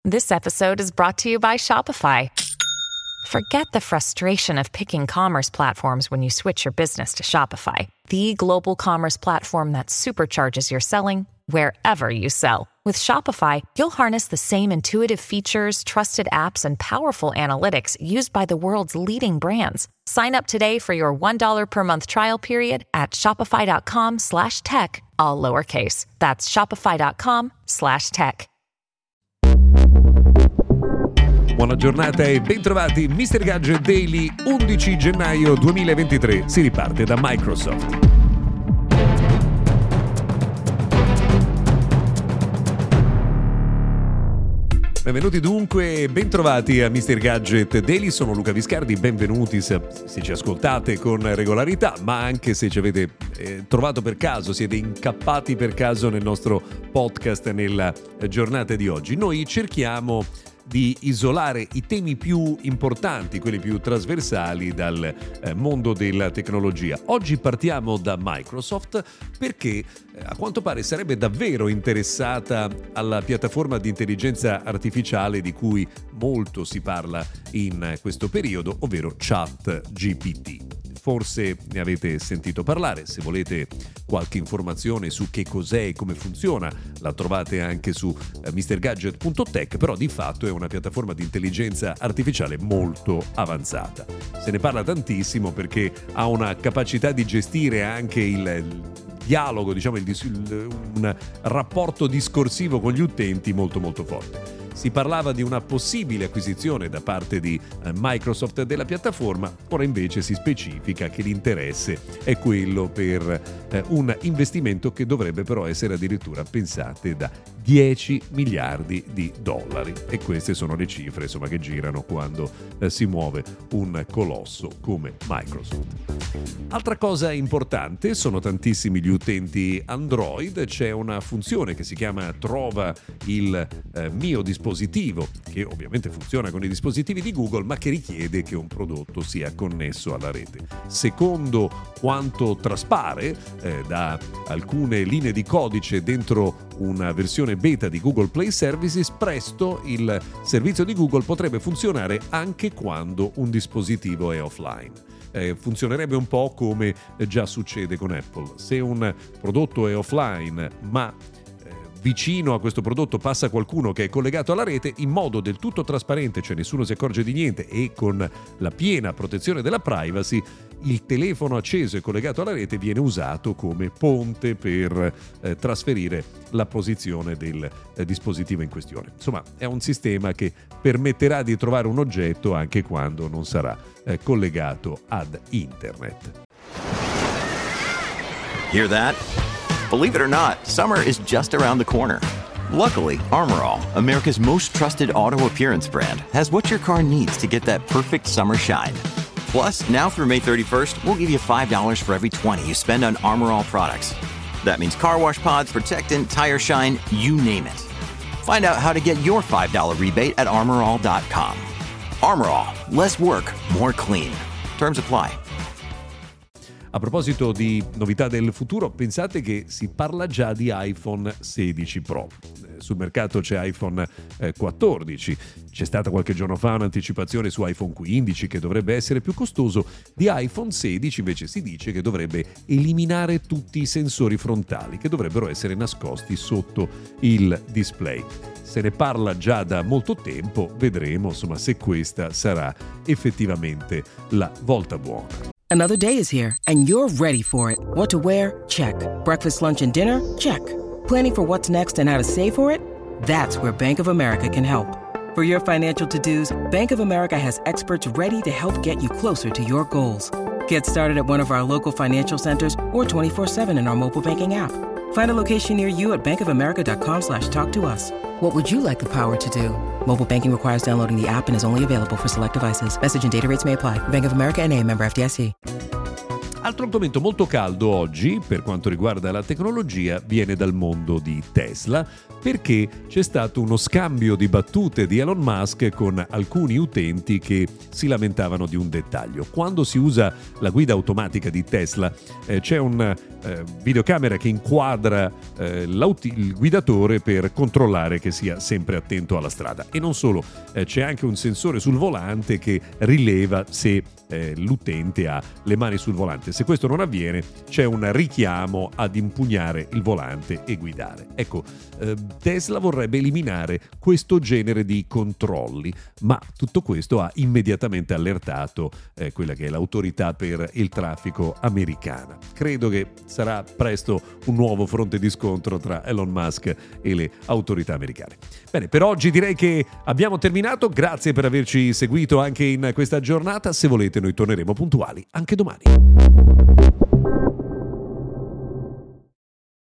This episode is brought to you by Shopify. Forget the frustration of picking commerce platforms when you switch your business to Shopify, the global commerce platform that supercharges your selling wherever you sell. With Shopify, you'll harness the same intuitive features, trusted apps, and powerful analytics used by the world's leading brands. Sign up today for your $1 per month trial period at shopify.com/tech, all lowercase. That's shopify.com/tech. Buona giornata e bentrovati. Mr. Gadget Daily, 11 gennaio 2023. Si riparte da Microsoft. Benvenuti dunque e bentrovati a Mr. Gadget Daily, sono Luca Viscardi, benvenuti se ci ascoltate con regolarità, ma anche se ci avete trovato per caso, siete incappati per caso nel nostro podcast nella giornata di oggi. Noi cerchiamo di isolare i temi più importanti, quelli più trasversali dal mondo della tecnologia. Oggi partiamo da Microsoft perché a quanto pare sarebbe davvero interessata alla piattaforma di intelligenza artificiale di cui molto si parla in questo periodo, ovvero ChatGPT. Forse ne avete sentito parlare, se volete qualche informazione su che cos'è e come funziona la trovate anche su mrgadget.tech, però di fatto è una piattaforma di intelligenza artificiale molto avanzata. Se ne parla tantissimo perché ha una capacità di gestire anche il dialogo, diciamo un rapporto discorsivo con gli utenti molto molto forte. Si parlava di una possibile acquisizione da parte di Microsoft della piattaforma, ora invece si specifica che l'interesse è quello per un investimento che dovrebbe però essere addirittura, pensate, da 10 miliardi di dollari. E queste sono le cifre, insomma, che girano quando si muove un colosso come Microsoft. Altra cosa importante, sono tantissimi gli utenti Android, c'è una funzione che si chiama Trova il mio dispositivo, che ovviamente funziona con i dispositivi di Google, ma che richiede che un prodotto sia connesso alla rete. Secondo quanto traspare da alcune linee di codice dentro una versione beta di Google Play Services, presto il servizio di Google potrebbe funzionare anche quando un dispositivo è offline. Funzionerebbe un po' come già succede con Apple. Se un prodotto è offline ma vicino a questo prodotto passa qualcuno che è collegato alla rete, in modo del tutto trasparente, cioè nessuno si accorge di niente e con la piena protezione della privacy, il telefono acceso e collegato alla rete viene usato come ponte per trasferire la posizione del dispositivo in questione. Insomma, è un sistema che permetterà di trovare un oggetto anche quando non sarà collegato ad internet. Hear that? Believe it or not, summer is just around the corner. Luckily, Armor All, America's most trusted auto appearance brand, has what your car needs to get that perfect summer shine. Plus, now through May 31st, we'll give you $5 for every $20 you spend on Armor All products. That means car wash pods, protectant, tire shine, you name it. Find out how to get your $5 rebate at armorall.com. Armor All, less work, more clean. Terms apply. A proposito di novità del futuro, pensate che si parla già di iPhone 16 Pro. Sul mercato c'è iPhone 14, c'è stata qualche giorno fa un'anticipazione su iPhone 15 che dovrebbe essere più costoso. Di iPhone 16 invece si dice che dovrebbe eliminare tutti i sensori frontali che dovrebbero essere nascosti sotto il display. Se ne parla già da molto tempo, vedremo insomma se questa sarà effettivamente la volta buona. Another day is here, and you're ready for it. What to wear? Check. Breakfast, lunch, and dinner? Check. Planning for what's next and how to save for it? That's where Bank of America can help. For your financial to-dos, Bank of America has experts ready to help get you closer to your goals. Get started at one of our local financial centers or 24/7 in our mobile banking app. Find a location near you at bankofamerica.com/talktous. What would you like the power to do? Mobile banking requires downloading the app and is only available for select devices. Message and data rates may apply. Bank of America N.A., member FDIC. Altro argomento molto caldo oggi per quanto riguarda la tecnologia viene dal mondo di Tesla, perché c'è stato uno scambio di battute di Elon Musk con alcuni utenti che si lamentavano di un dettaglio. Quando si usa la guida automatica di Tesla c'è un videocamera che inquadra il guidatore per controllare che sia sempre attento alla strada, e non solo, c'è anche un sensore sul volante che rileva se l'utente ha le mani sul volante. Se questo non avviene c'è un richiamo ad impugnare il volante e guidare. Ecco, Tesla vorrebbe eliminare questo genere di controlli, ma tutto questo ha immediatamente allertato quella che è l'autorità per il traffico americana. Credo che sarà presto un nuovo fronte di scontro tra Elon Musk e le autorità americane. Bene, per oggi direi che abbiamo terminato. Grazie per averci seguito anche in questa giornata. Se volete noi torneremo puntuali anche domani.